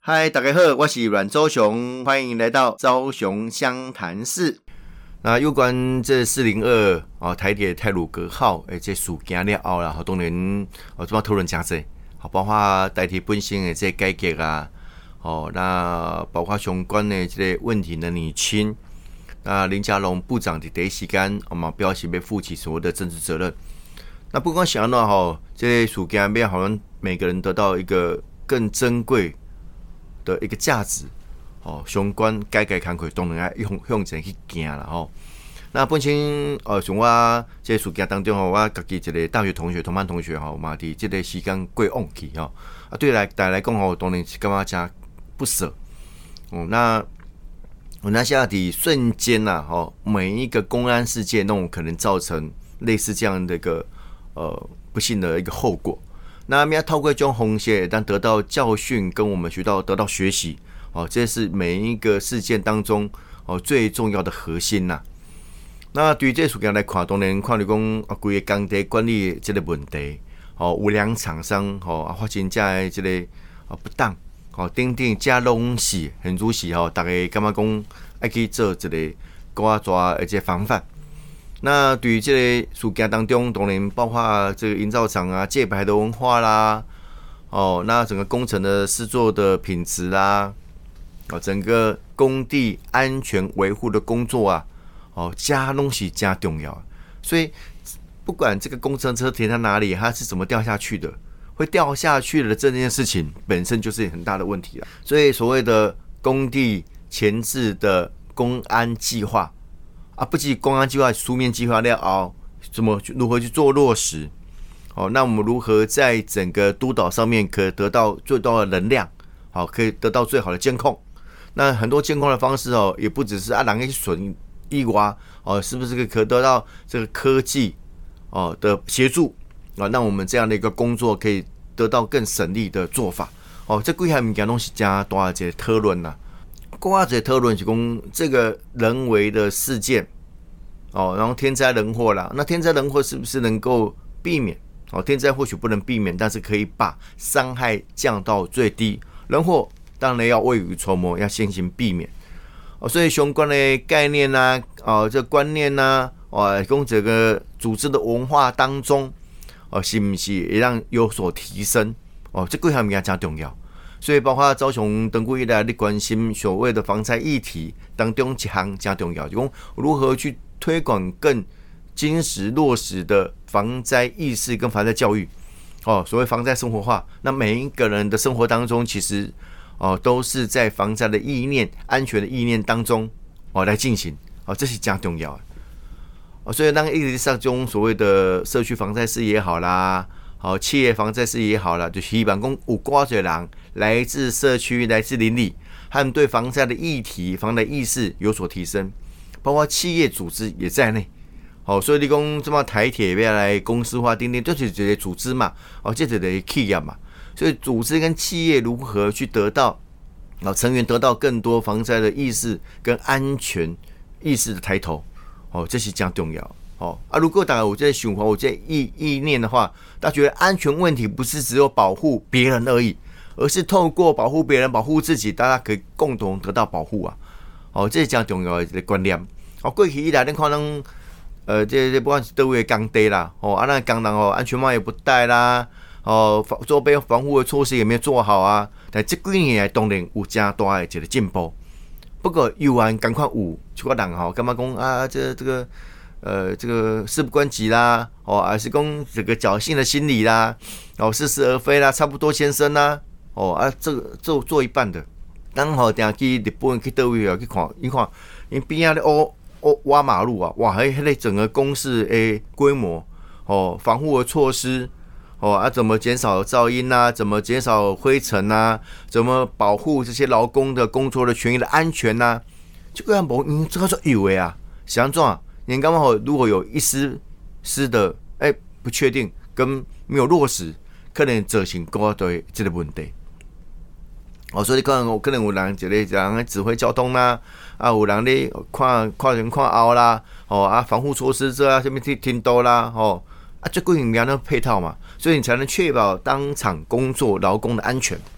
嗨，大家好，我是阮周雄，欢迎来到高雄湘潭市。那有关这402台铁太鲁阁号这事件了后啦，当然这么讨论真多，包括台铁本身的这改革啊，那包括相关的这个问题的厘清。那林佳龙部长在第一时间表示要负起所谓的政治责任。那不光想到这事件要好像每个人得到一个更珍贵的一个价值，相关改革工作当然要向前去行啦。那本身像我这事件当中我自己一个大学同学、同班同学嘛，伫这个时间过往去对大家来讲当然是感觉真不舍。那下伫瞬间每一个公安事件都可能造成类似这样的一个不幸的一个后果。那我们要透过这种方式，但得到教训，跟我们得到学习，这是每一个事件当中最重要的核心呐。那对于这事件来看，当然看你讲规个工地管理这个问题，有良厂商发生这的这个不当，等等这拢是很主是大家感觉讲要去做一个抓的这防范。那对于这个事件当中，当然包括这个营造厂啊、借牌的文化啦，那整个工程的施作的品质啦，整个工地安全维护的工作啊，加东西加重要。所以不管这个工程车停在哪里，它是怎么掉下去的，会掉下去的这件事情本身就是很大的问题了。所以所谓的工地前置的公安计划。不仅公安计划、书面计划了后，如何去做落实？那我们如何在整个督导上面可以得到最大的能量？可以得到最好的监控。那很多监控的方式也不只是人去损以外，是不是可以得到这个科技的协助让我们这样的一个工作可以得到更省力的做法？这几项物件都是加大一个讨论呐。讲这讨论是讲这个人为的事件，然后天灾人祸啦。那天灾人祸是不是能够避免？天灾或许不能避免，但是可以把伤害降到最低。人祸当然要未雨绸缪，要先行避免。所以相关的概念啊，这观念啊，讲这个组织的文化当中，是不是也让有所提升？这几项物件真重要。所以包括高雄长久以来你关心所谓的防灾议题当中一项很重要，就是如何去推广更精实落实的防灾意识跟防灾教育。所谓防灾生活化，那每一个人的生活当中其实都是在防灾的意念、安全的意念当中来进行，这是很重要的。所以当一直上中所谓的社区防灾师也好啦，企业防灾师也好啦，就希望讲有多少人来自社区、来自邻里，他们对防灾的议题、防灾意识有所提升，包括企业组织也在内。所以你讲这么台铁要来公司化，等等，就是一个组织嘛，这是一个企业嘛。所以组织跟企业如何去得到成员得到更多防灾的意识跟安全意识的抬头，这是非常重要。如果大家有这个想法、有这个意念的话，大家觉得安全问题不是只有保护别人而已，而是透过保护别人、保护自己，大家可以共同得到保护啊！这是非常重要的一个观念。过去以来，你可能这不管是各位工地啦，那工人安全帽也不戴啦，周边防护的措施也没有做好啊。但这几年来当然有加大的一个进步。不过有安赶快有，就个人干嘛讲这个事不关己啦，还是讲这个侥幸的心理啦，似是而非啦，差不多先生啦，这个做一半的。刚好定去日本去倒位去看，你看，因边仔咧挖马路啊，哇，迄个整个工事的规模，防护的措施，怎么减少噪音啊？怎么减少灰尘啊？怎么保护这些劳工的工作的权益的安全啊？这个无，这个是有的啊，是安怎？你刚好如果有一丝的不确定跟没有落实，可能造成更多的这个问题。所以可能有人一个人指挥交通啦，有人咧看前看后啦，防护措施这什么停倒啦，这几样都配套嘛，所以你才能确保当场工作劳工的安全。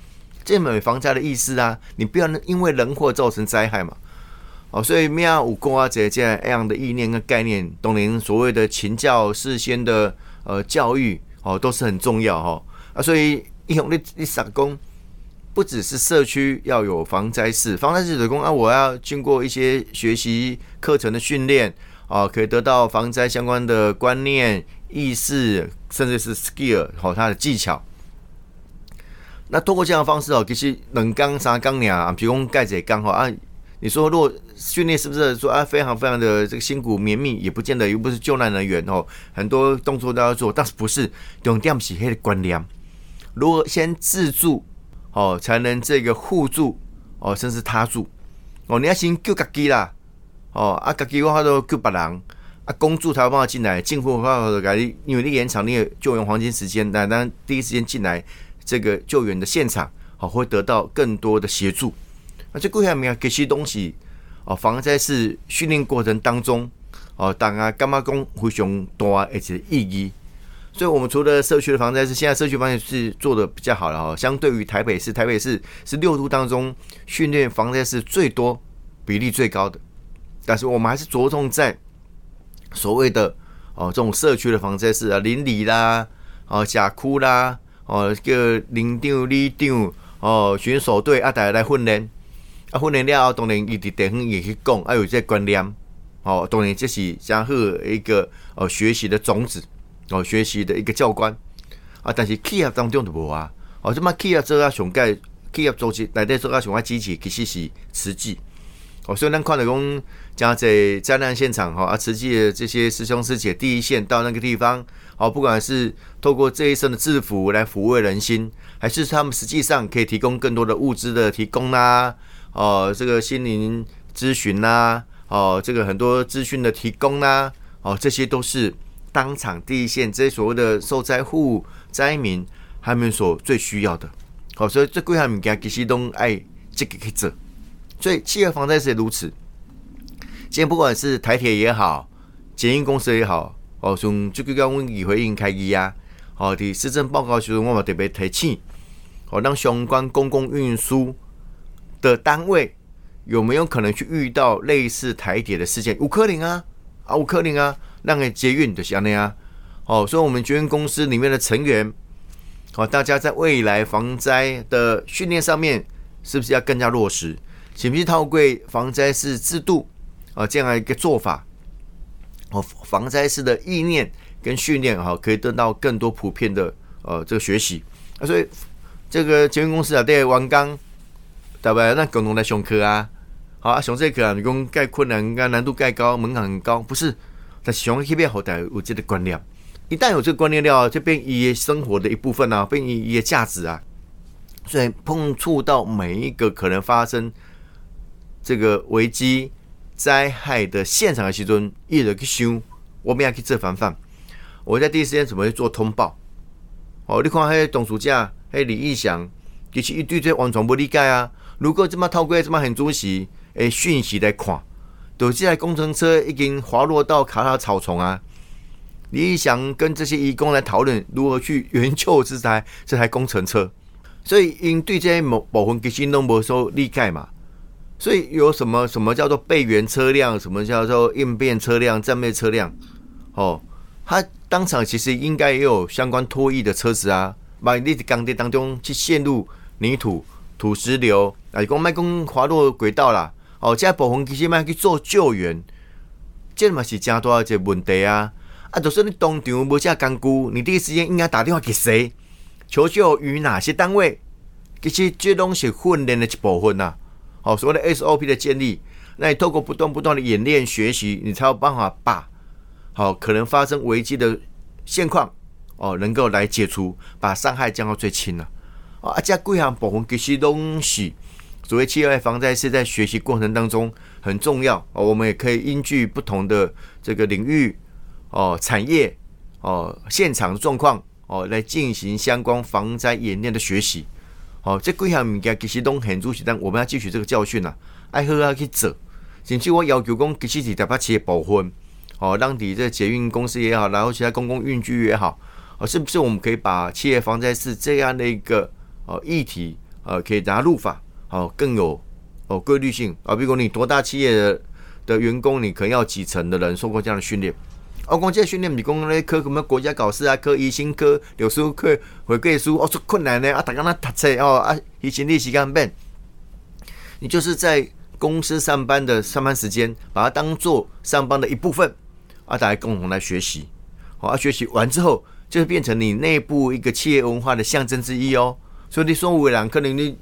这没有防灾的意思啊，你不要因为人祸造成灾害嘛。所以咩有讲啊这样的意念跟概念，当然所谓的勤教事先的教育都是很重要所以你撒工不只是社区要有防灾室的工我要经过一些学习课程的训练可以得到防灾相关的观念、意识，甚至是 skill 它的技巧。那透过这样的方式其实2天3天而不是说盖1天你说如果训练是不是说非常非常的这个辛苦绵密，也不见得，又不是救难人员很多动作都要做，但是不是重点是那个观念，如何先自助才能这个互助甚至他助你要先救自己啦自己我都救别人公助才有办法进来，政府的话因为你延长你的救援黄金时间，当第一时间进来这个救援的现场会得到更多的协助。那这几项其实东西防灾是训练过程当中大家感觉讲非常大的一个意义。所以我们除了社区的防灾是现在社区防灾是做的比较好了相对于台北市是6都当中训练防灾是最多比例最高的，但是我们还是着重在所谓的这种社区的防灾室邻里啦社区啦叫领长里长巡守队大家来训练训练了后当然他在地方也去讲有这观念当然这是很好的一个学习的种子学习的一个教官但是企业当中就无这么企业做上盖企业组织内底做上积极其实是慈济所以咱看到讲加在灾难现场慈济的这些师兄师姐第一线到那个地方不管是透过这一身的制服来抚慰人心，还是他们实际上可以提供更多的物资的提供这个心灵咨询这个很多资讯的提供这些都是当场第一线这些所谓的受灾户灾民他们所最需要的所以这几项物件其实都爱积极去做。所以企业防灾是如此，今天不管是台铁也好，捷运公司也好像这个我们议会已经开议在施政报告时我们特别提醒让相关公共运输的单位有没有可能去遇到类似台铁的事件？有可能有可能让个捷运就是这样所以我们捷运公司里面的成员大家在未来防灾的训练上面是不是要更加落实？是不是透过防灾式制度这样一个做法防灾式的意念跟训练可以得到更多普遍的这个学习所以这个捷运公司对员工对吧？那共同来上课上这课你讲盖困难难度盖高门槛很高不是，但是上去变后代有这个观念，一旦有这个观念了就变伊的生活的一部分变伊的价值所以碰触到每一个可能发生这个危机灾害的现场的时阵，伊就去想我们要去做防范，我在第一时间怎么去做通报你看那董事长那李义祥其实他对这完全不理解如果这么透过这么很主席的讯息来看，就这台工程车已经滑落到卡塔草丛李义祥跟这些移工来讨论如何去援救这台工程车，所以因对这些部分其实都没所理解嘛。所以有什么叫做备援车辆，什么叫做应变车辆、战备车辆他当场其实应该也有相关脱役的车子把你在工地当中去陷入泥土、土石流讲不要说滑落轨道啦这部分其实要去做救援，这嘛是很大的一个问题就算你当场没这工具，你第一时间应该打电话给谁，求救于哪些单位？其实这都是训练的一部分所谓的 SOP 的建立，那你透过不断的演练学习，你才有办法把可能发生危机的现况能够来解除，把伤害降到最轻这几项部分其实都是所谓企业防灾是在学习过程当中很重要我们也可以依据不同的这个领域产业现场的状况来进行相关防灾演练的学习这几项物件其实都很主席，但我们要汲取这个教训爱好去做，甚至我要求讲其实是台北市的部分让你这捷运公司也好，然后其他公共运具也好是不是我们可以把企业防灾室这样的一个议题可以让它入法，更有规律性啊。比如你多大企业的员工，你可能要几成的人受过这样的训练。讲这个训练不是讲咧考什么国家考试啊，考医生、考律师、考会计师，出困难呢啊，大家那读册医生你时间变，你就是在公司上班的上班时间，把它当做上班的一部分啊，大家共同来学习，学习完之后，就变成你内部一个企业文化的象征之一哦。所以你所有的人可能你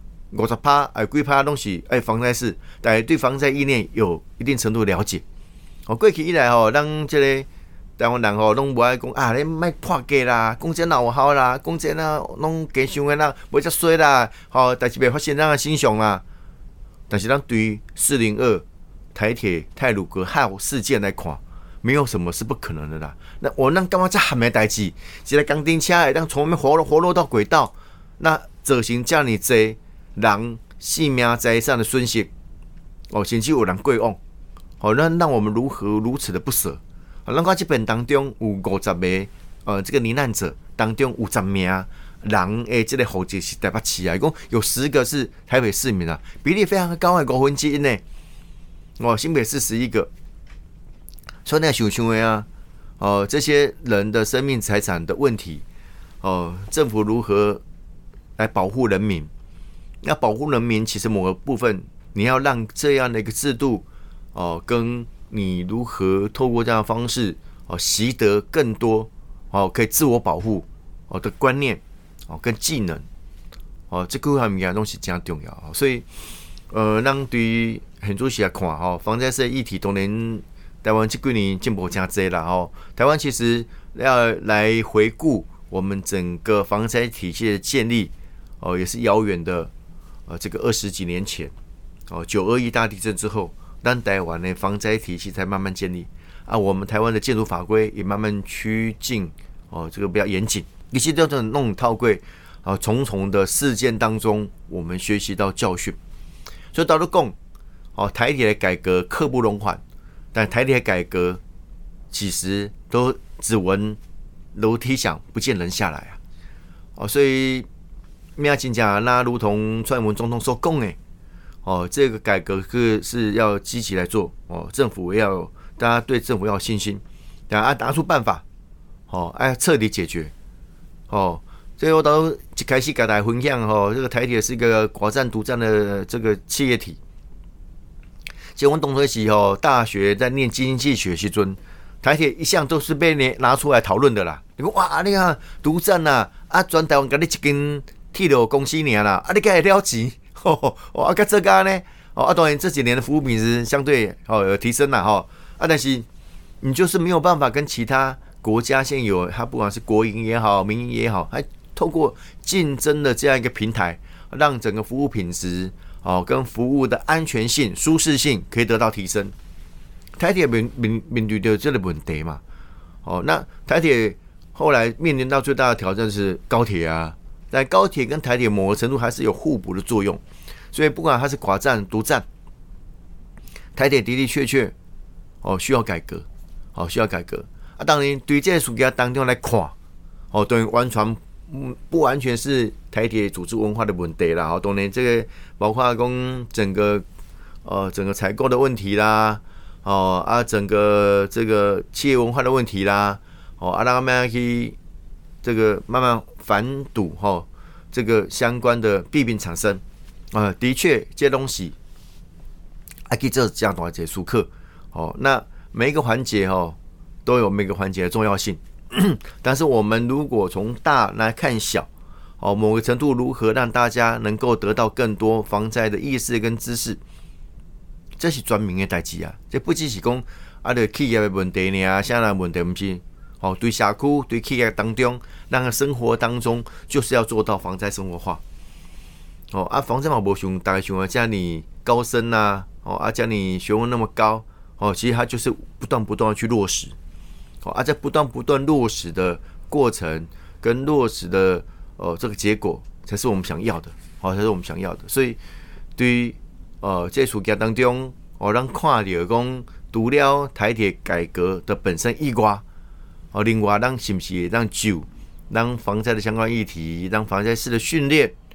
50%几%东西防灾事，大家对防灾意念有一定程度的了解。过去以来咱这个台湾人拢无爱讲啊，你莫破价啦，讲这哪有效啦，讲这拢假想的啦，无遮衰啦，代志袂发生咱的身上啦。但是咱对于402台铁太鲁阁号事件来看，没有什么是不可能的啦。那我干嘛这含的代志，一个钢钉车会当从外面活落到轨道，那造成这么多人性命财产的损失，甚至有人过往，那让我们如何如此的不舍？咱看这本当中有50个这个罹难者当中有10名人的这个户籍是台北市啊，讲有10个是台北市民啊，比例非常高的1/5呢。新北市11个，所以那想的啊，这些人的生命财产的问题，政府如何来保护人民？那保护人民，其实某个部分你要让这样的一个制度，跟你如何透过这样的方式，习得更多，可以自我保护的观念，跟技能，这个物件都是真重要。所以，咱对于很多时来看，防灾的议题当然台湾这几年进步真多啦。台湾其实要来回顾我们整个防灾体系的建立，也是遥远的，这个20几年前，921大地震之后。但台湾的防灾体系才慢慢建立啊，我们台湾的建筑法规也慢慢趋近这个比较严谨，一些都是弄套柜重重的事件当中，我们学习到教训。所以到了讲台铁的改革刻不容缓，但台铁的改革其实都只闻楼梯响，不见人下来啊。所以命真正那如同蔡英文总统所讲的。这个改革是要积极来做政府大家对政府要有信心，拿出办法，彻底解决，最后都一开始跟大家分享这个台铁是一个寡占独占的这个企业体。结果董主席大学在念经济学时阵，台铁一向都是被拿出来讨论的啦。你说哇，你看独占啦，全台湾给你一间铁路公司尔啦，你该会了钱。这个呢，当然这几年的服务品质相对有提升啦，但是你就是没有办法跟其他国家现有它不管是国营也好、民营也好，还透过竞争的这样一个平台，让整个服务品质跟服务的安全性、舒适性可以得到提升。台铁面对的这个问题嘛，那台铁后来面临到最大的挑战是高铁啊。但高铁跟台铁某个程度还是有互补的作用，所以不管它是寡占独占，台铁的的确确需要改革，需要改革啊。当然对这个事件当中来看，当然完全不完全是台铁组织文化的问题啦。当然这个包括讲整个采购的问题啦，整个这个企业文化的问题啦，让他们去这个慢慢反堵这个相关的弊病产生的确这些东西可以做这样大的术课那每一个环节都有每个环节的重要性但是我们如果从大来看小某个程度如何让大家能够得到更多防灾的意识跟知识，这是全民的代志啊，这不只是讲企业的问题呢，现在的问题不是对社区、对企业当中，让生活当中就是要做到防灾生活化。防灾嘛，无像大家想的这样高深呐，这样学问那么高，其实它就是不断的去落实。在不断落实的过程跟落实的这个结果，才是我们想要的，才是我们想要的。所以对于这事件当中，咱看到讲除了台铁改革的本身以外。另外，咱是不是让就让防灾的相关议题，让防灾师的训练，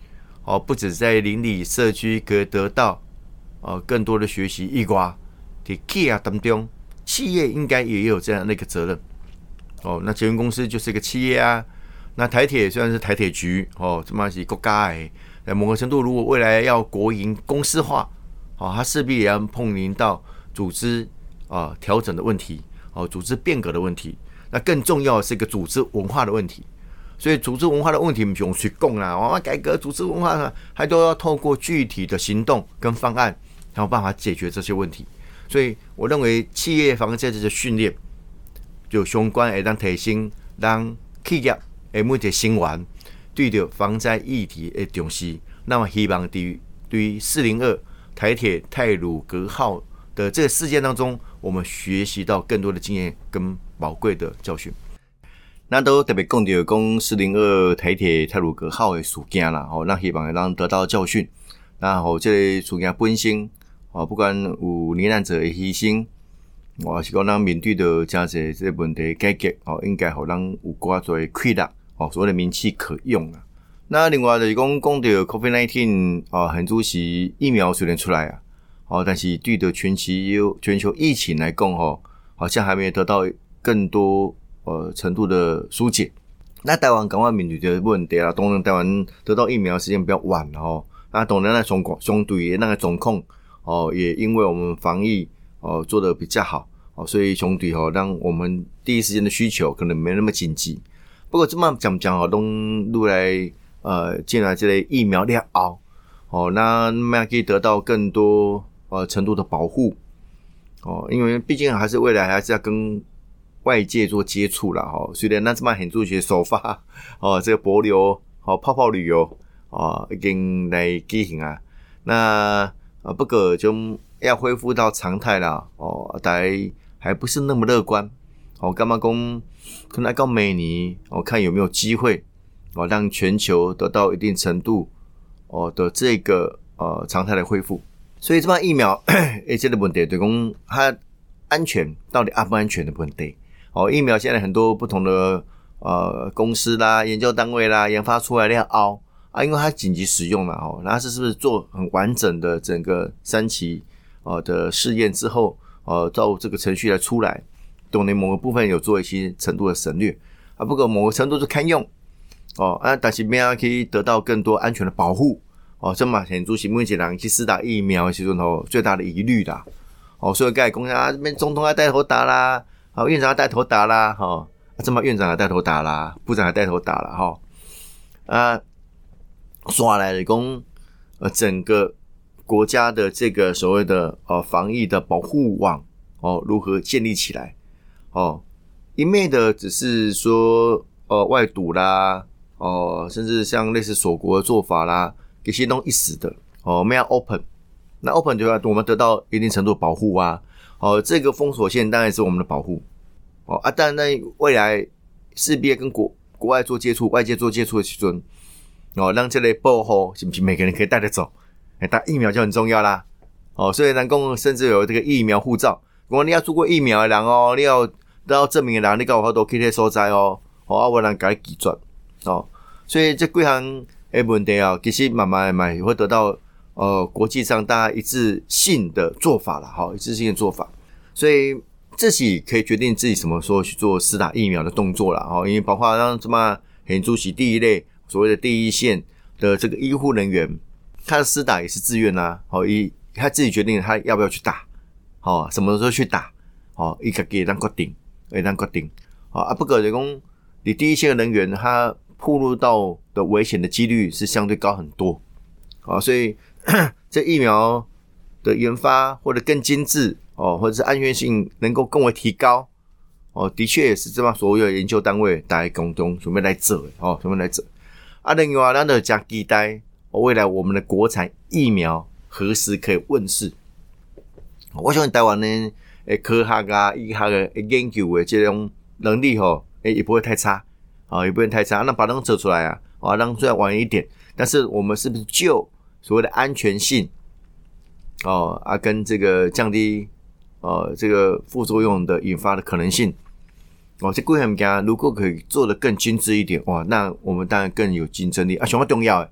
不止在邻里社区可以得到更多的学习以外，在企业当中，企业应该也有这样的一个责任。那捷运公司就是一个企业啊。那台铁虽然是台铁局这么是国家的，在某个程度，如果未来要国营公司化，它势必也要碰临到组织调整的问题，组织变革的问题。那更重要的是一个组织文化的问题。所以组织文化的问题不用去讲啦，改革组织文化还都要透过具体的行动跟方案，才有办法解决这些问题。所以我认为企业防灾的训练就相关会当提升让企业的每一个成员对着防灾议题的重视。那么希望对于402台铁太鲁阁号的这个事件当中，我们学习到更多的经验跟宝贵的教训。那都特别讲到402台铁太鲁阁号的事件啦，那希望会让得到教训。那这个事件本身，不管有罹难者的牺牲，还是讲咱面对的真侪这个问题解决，应该互咱有更多的气力，所谓的名气可用啊。那另外就是讲到 COVID-19 很主席疫苗虽然出来但是对的全球疫情来讲好像还没有得到更多程度的疏解。那台湾赶快面对的问题啦，当然台湾得到疫苗时间比较晚那当然相对的那个状况也因为我们防疫做得比较好所以相对让我们第一时间的需求可能没那么紧急。不过这么讲都愈来进来这类疫苗了后那可以得到更多程度的保护因为毕竟还是未来还是要跟外界做接触啦虽然那这么很多些手法这个帛琉泡泡旅游已经来举行啊。那不过就要恢复到常态啦大概还不是那么乐观干嘛讲可能到明年看有没有机会让全球得到一定程度的这个常态的恢复。所以这帮疫苗这个问题就是说它安全到底安不安全的问题疫苗现在很多不同的公司啦研究单位啦研发出来了因为它紧急使用了那它是不是做很完整的整个3期的试验之后照这个程序来出来，当然某个部分有做一些程度的省略不过某个程度是堪用但是怎样可以得到更多安全的保护这嘛很主席每一个人去施打疫苗的时候最大的疑虑啦所以刚才讲这边总统要带头打啦院长要带头打啦这嘛院长要带头打啦部长要带头打啦刷来的讲整个国家的这个所谓的防疫的保护网如何建立起来一昧的只是说外堵啦甚至像类似锁国的做法啦其实都一时的没有 open， 那 open 就要我们得到一定程度的保护这个封锁线当然是我们的保护但在未来势必跟国外做接触外界做接触的时候让这类保护是不是每个人可以带得走打疫苗就很重要啦所以咱讲甚至有这个疫苗护照，如果你要做过疫苗的人你要得到证明的人你有法度去那所在不然给你拒绝所以这几项的问题其实慢慢会得到国际上大家一致性的做法啦一致性的做法，所以自己可以决定自己什么时候去做施打疫苗的动作啦因为包括让这么很主席第一类所谓的第一线的这个医护人员，他的施打也是自愿他自己决定他要不要去打什么时候去打他自己会当决定不过就说你第一线的人员他暴露到的危险的几率是相对高很多所以这疫苗的研发或者更精致或者是安全性能够更为提高的确也是这么所有的研究单位大家共同准备来做另外咱就很期待未来我们的国产疫苗何时可以问世。我相信台湾的科学医学的研究的这种能力也不会太差也不会太差，那把它们做出来让虽然晚一点，但是我们是不是就所谓的安全性跟这个降低这个副作用的引发的可能性这几项物件如果可以做得更精致一点那我们当然更有竞争力上重要的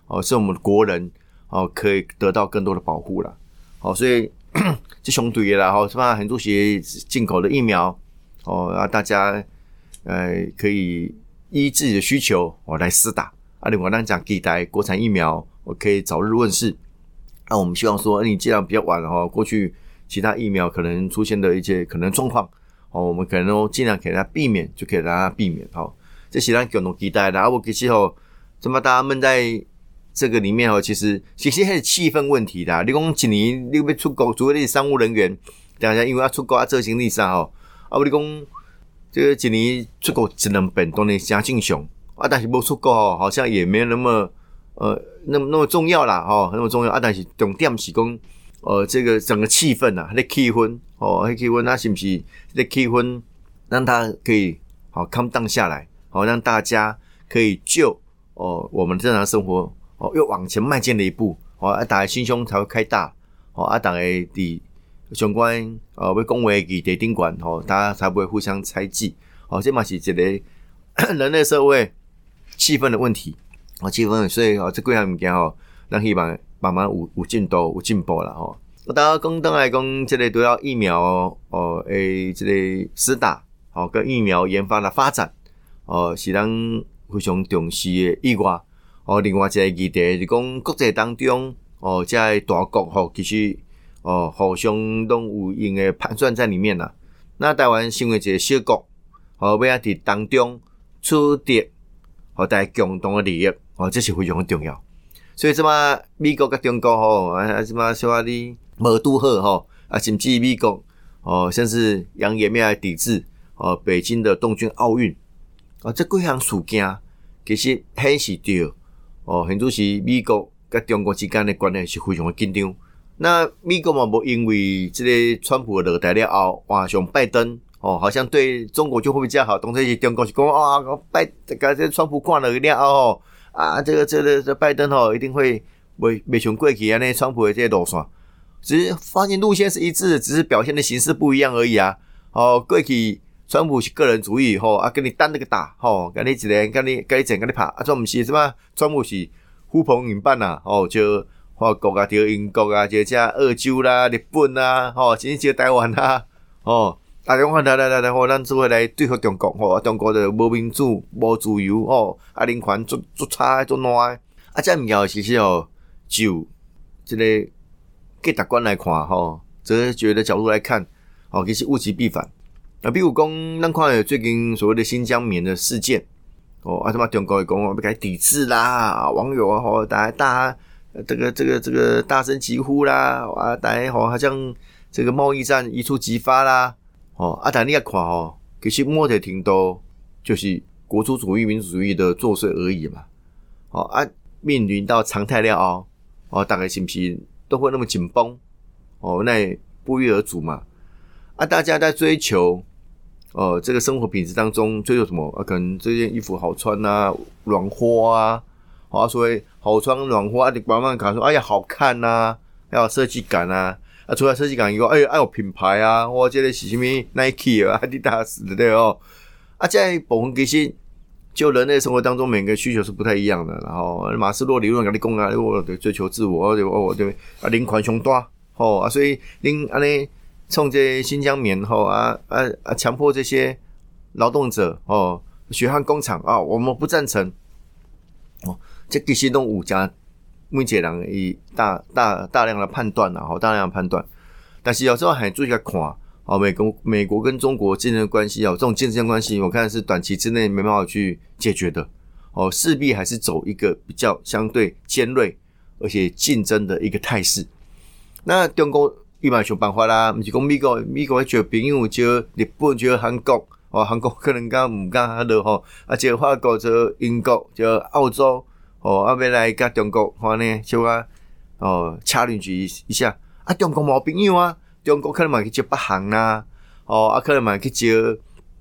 是我们的国人可以得到更多的保护啦。所以这相对的啦，是吧？很多些进口的疫苗大家可以依自己的需求来施打另外咱讲期待国产疫苗可以早日问世。那我们希望说你既然比较晚了过去其他疫苗可能出现的一些可能状况我们可能都尽量给它避免，就可以让它避免这是咱共同期待的我其实怎么大家闷在这个里面其实还是气氛问题的。你说一年你要出国，除非你是商务人员，大家因为要出国做行李啥你说这个一年出国一两遍当然真正常但是没出国好像也没有那么那么重要啦那么重要但是重点是说这个整个气氛那气氛那气氛那是不是这气氛让它可以calm down下来让大家可以就我们正常生活又往前迈进了一步大家心胸才会开大大家的相关要讲话的议题顶端大家才不会互相猜忌这嘛是一个人类社会气氛的问题气氛，所以这几项物件咱希望慢慢有进度有进步啦大家讲回来讲这个都要疫苗这个施打跟疫苗研发的发展是咱非常重视的以外另外一个议题是讲国际当中这些大国其实互相都有用的盘算在里面啦。那台湾身为一个小国要在当中取得大家共同的利益这是非常的重要。所以这么美国跟中国这么说你没拄好甚至美国甚至扬言要来抵制北京的东京奥运这几项事件其实显示到很多时美国跟中国之间的关系是非常的紧张。那美国嘛没因为这个川普落台了后换上拜登好像对中国就会比较好，当然是中国是讲这川普看了了后这个拜登一定会没像过去那川普的这些路线，只是发现路线是一致的，只是表现的形式不一样而已过去川普是个人主义跟你单那个打跟你一个跟你整跟你拍这不是什么川普是呼朋引伴就法国就英国就这澳洲啦日本啦甚至就台湾啦大家看来咱只会来对付中国中国就无民主无自由人权做差做烂这物件其实就这个价值观来看哲学的角度来看其实物极必反比如讲咱看最近所谓的新疆棉的事件什么中国会讲要给抵制啦网友大家这个大声疾呼啦大家好像这个贸易战一触即发啦但你要看其实某种程度就是国族主义民主主义的作祟而已嘛面临到常态了大概是不是都会那么紧绷那也不约而足嘛大家在追求这个生活品质当中追求什么可能这件衣服好穿暖和所以好穿暖和你慢慢看说哎呀好看要有设计感除了设计感以外有品牌或者是什么 Nike Adidas 对这部分其实就人类生活当中每个需求是不太一样的。然后马斯洛理论跟你讲我对追求自我我对人权上大所以您安尼冲这新疆棉强迫这些劳动者血汗工厂我们不赞成这其实都有加每一个人以大量的判断大量的判断，但是有时候还注意去看美国跟中国之间的关系这种竞争关系我看是短期之内没办法去解决的势必还是走一个比较相对尖锐而且竞争的一个态势。那中国伊嘛想办法啦，不是讲美国交朋友交日本交韩国韩国可能不敢那落交法国交英国交澳洲要来跟中国小掐邻居一下中国没朋友中国可能也去交北韩啦可能也去交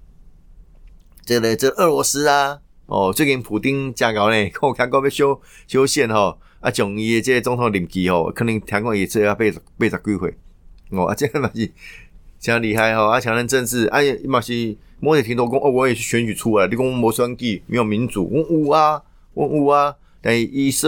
这俄罗斯最近普丁真搞呢我看过要修宪将他的这个总统任期可能听讲也做要80几岁这个嘛是真厉害强人政治嘛是某些听到讲我也是选举出来你讲没选举没有民主我有但是他说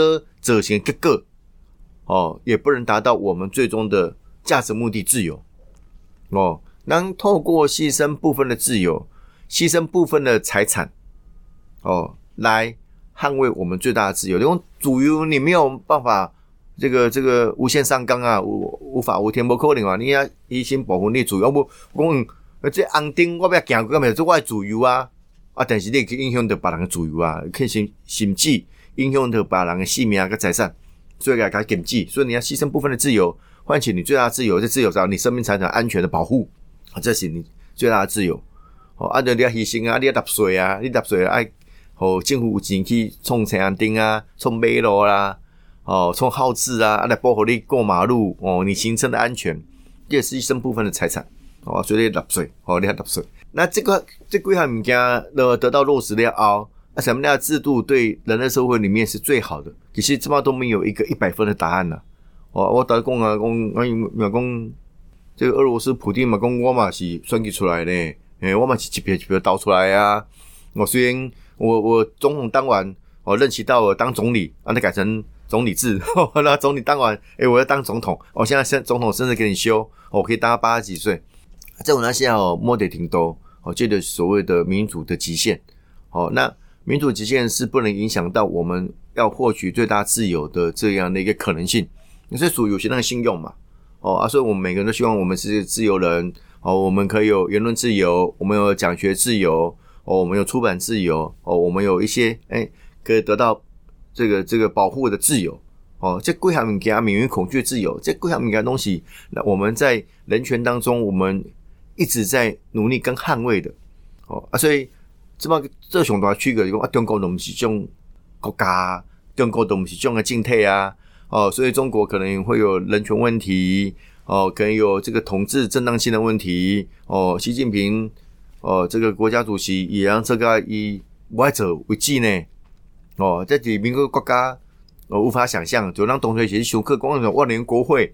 执行结果也不能达到我们最终的价值目的自由能透过牺牲部分的自由，牺牲部分的财产来捍卫我们最大的自由。因为自由你没有办法这个无限上纲啊，无法无天不可能啊！你要牺牲部分你自由，不讲这红灯我要行过，这我的自由啊！但是你会影响到别人的自由啊，甚至影响到别人的性命跟财产，所以给它禁止。所以你要牺牲部分的自由，换取你最大的自由。这自由找你生命财产安全的保护这是你最大的自由。你要牺牲啊，你要纳税啊，你纳税爱政府有钱去创青红灯啊，创马路啦，创号志啊，来保护你过马路你行车的安全，这也是牺牲部分的财产所以你纳税你要纳税。那这几项物件得到落实了后，什么样的制度对人类社会里面是最好的？其实这么都没有一个100分的答案我大家讲啊，讲这个俄罗斯普丁嘛，讲我嘛是选举出来的，我嘛是一票一票投出来啊。虽然我总统当完，任期到了当总理，那改成总理制，那总理当完，我要当总统，现在总统甚至给你休，我可以当到80几岁。这种那些摸得挺多，这个所谓的民主的极限。那民主极限是不能影响到我们要获取最大自由的这样的一个可能性。这属于有些那个信用嘛。所以我们每个人都希望我们是自由人，我们可以有言论自由，我们有讲学自由，我们有出版自由，我们有一些可以得到这个保护的自由。这几项物件免于恐惧自由，这几项物件东西，那我们在人权当中，我们一直在努力跟捍卫的。所以这上大区隔讲中国都不是这种国家，中国都不是这种的政体啊。所以中国可能会有人权问题，可能有这个统治正当性的问题。习近平这个国家主席也让这个以外者为己呢。这是民国国家无法想象，就让董水写修课讲万年国会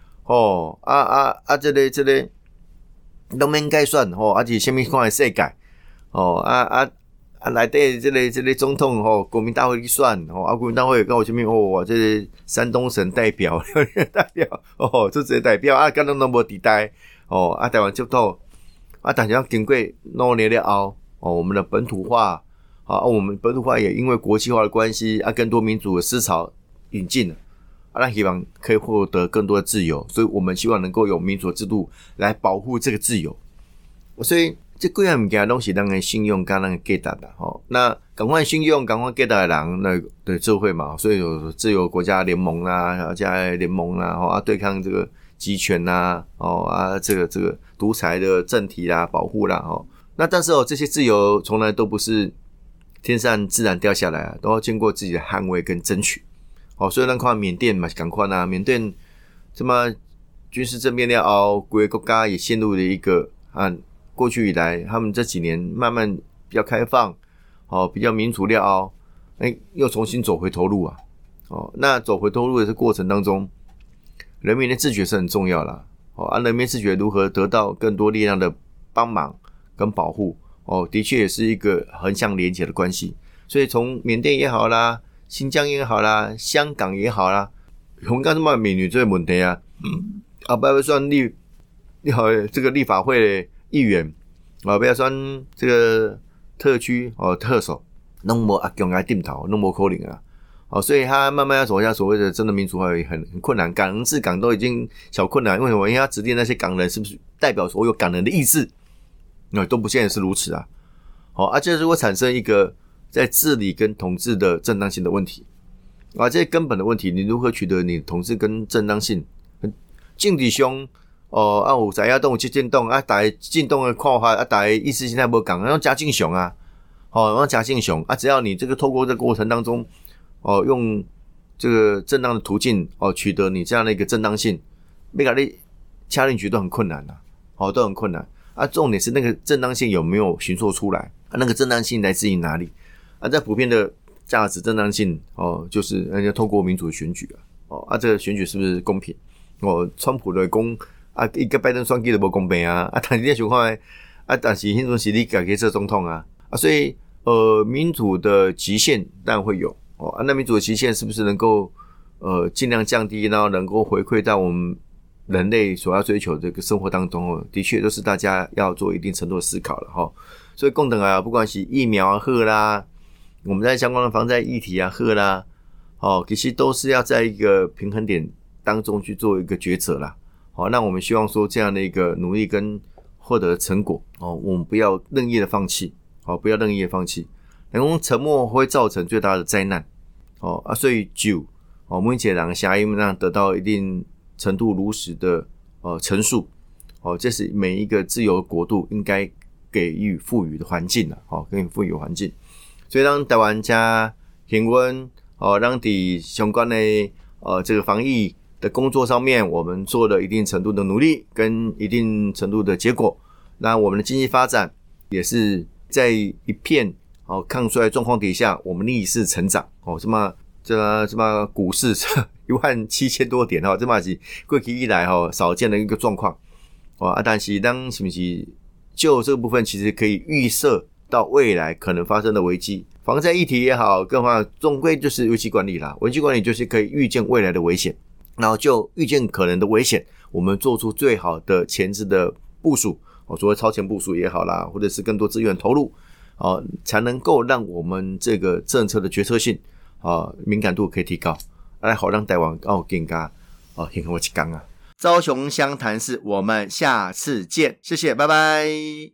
这个都免改选是什么款的世界内底这个总统国民大会去选国民大会跟我什么这个山东省代表这些代表敢拢都无地带台湾接到但是要经过多年了后我们的本土化我们本土化也因为国际化的关系更多民主的思潮引进了那希望可以获得更多的自由，所以我们希望能够有民主制度来保护这个自由。所以这几样物件拢是咱的信用跟咱的价值啦那赶快信用赶快价值的人那对社会嘛，所以有自由国家联盟啦，加联盟啦对抗这个集权啦这个独裁的政体啦保护啦那但是这些自由从来都不是天上自然掉下来都要经过自己的捍卫跟争取所以咱看缅甸嘛是同款缅甸这么军事政变了后各个国家也陷入了一个过去以来他们这几年慢慢比较开放比较民主了后又重新走回头路那走回头路的这过程当中人民的自觉是很重要啦人民自觉如何得到更多力量的帮忙跟保护的确也是一个横向连结的关系。所以从缅甸也好啦，新疆也好啦，香港也好啦，我们讲什么美女这个问题不要算这个立法会的议员不要算这个特区特首都没用来定头都没可能所以他慢慢要走下所谓的真的民主化也很困难，港人治港都已经小困难，为什么？因为他指定那些港人是不是代表所有港人的意志都不见得是如此这如果产生一个在治理跟统治的正当性的问题这些根本的问题，你如何取得你统治跟正当性？政治上有知影党有激进党大家进党的看法大家意识形态无同那真正常那真正常只要你这个透过这个过程当中用这个正当的途径取得你这样的一个正当性，要给你掐进去都很困难都很困难重点是那个正当性有没有寻索出来那个正当性来自于哪里在普遍的价值正当性就是人家透过民主的选举这个选举是不是公平川普的讲一个拜登选举都不公平但是你想看但是那阵是你自己做总统所以民主的极限当然会有那民主的极限是不是能够尽量降低，然后能够回馈到我们人类所要追求的这个生活当中的确都是大家要做一定程度的思考了所以共等不管是疫苗啊喝啦，我们在相关的防灾议题啊喝啦其实都是要在一个平衡点当中去做一个抉择啦那我们希望说这样的一个努力跟获得的成果我们不要任意的放弃不要任意的放弃，人工沉默会造成最大的灾难所以每一个人声音让得到一定程度如实的陈述这是每一个自由国度应该给予赋予的环境给予赋予的环境，所以让台湾加平稳让在相关的这个防疫的工作上面我们做了一定程度的努力跟一定程度的结果，那我们的经济发展也是在一片抗衰状况底下我们逆势成长这么股市17000多点这嘛是过去以来少见的一个状况但是当是不是就这个部分其实可以预测到未来可能发生的危机，防灾议题也好，更何况终归就是危机管理啦，危机管理就是可以预见未来的危险，然后就预见可能的危险，我们做出最好的前置的部署所谓超前部署也好啦，或者是更多资源投入才能够让我们这个政策的决策性敏感度可以提高，来好让台湾更加幸福一天啊！昭雄湘潭市，我们下次见，谢谢，拜拜。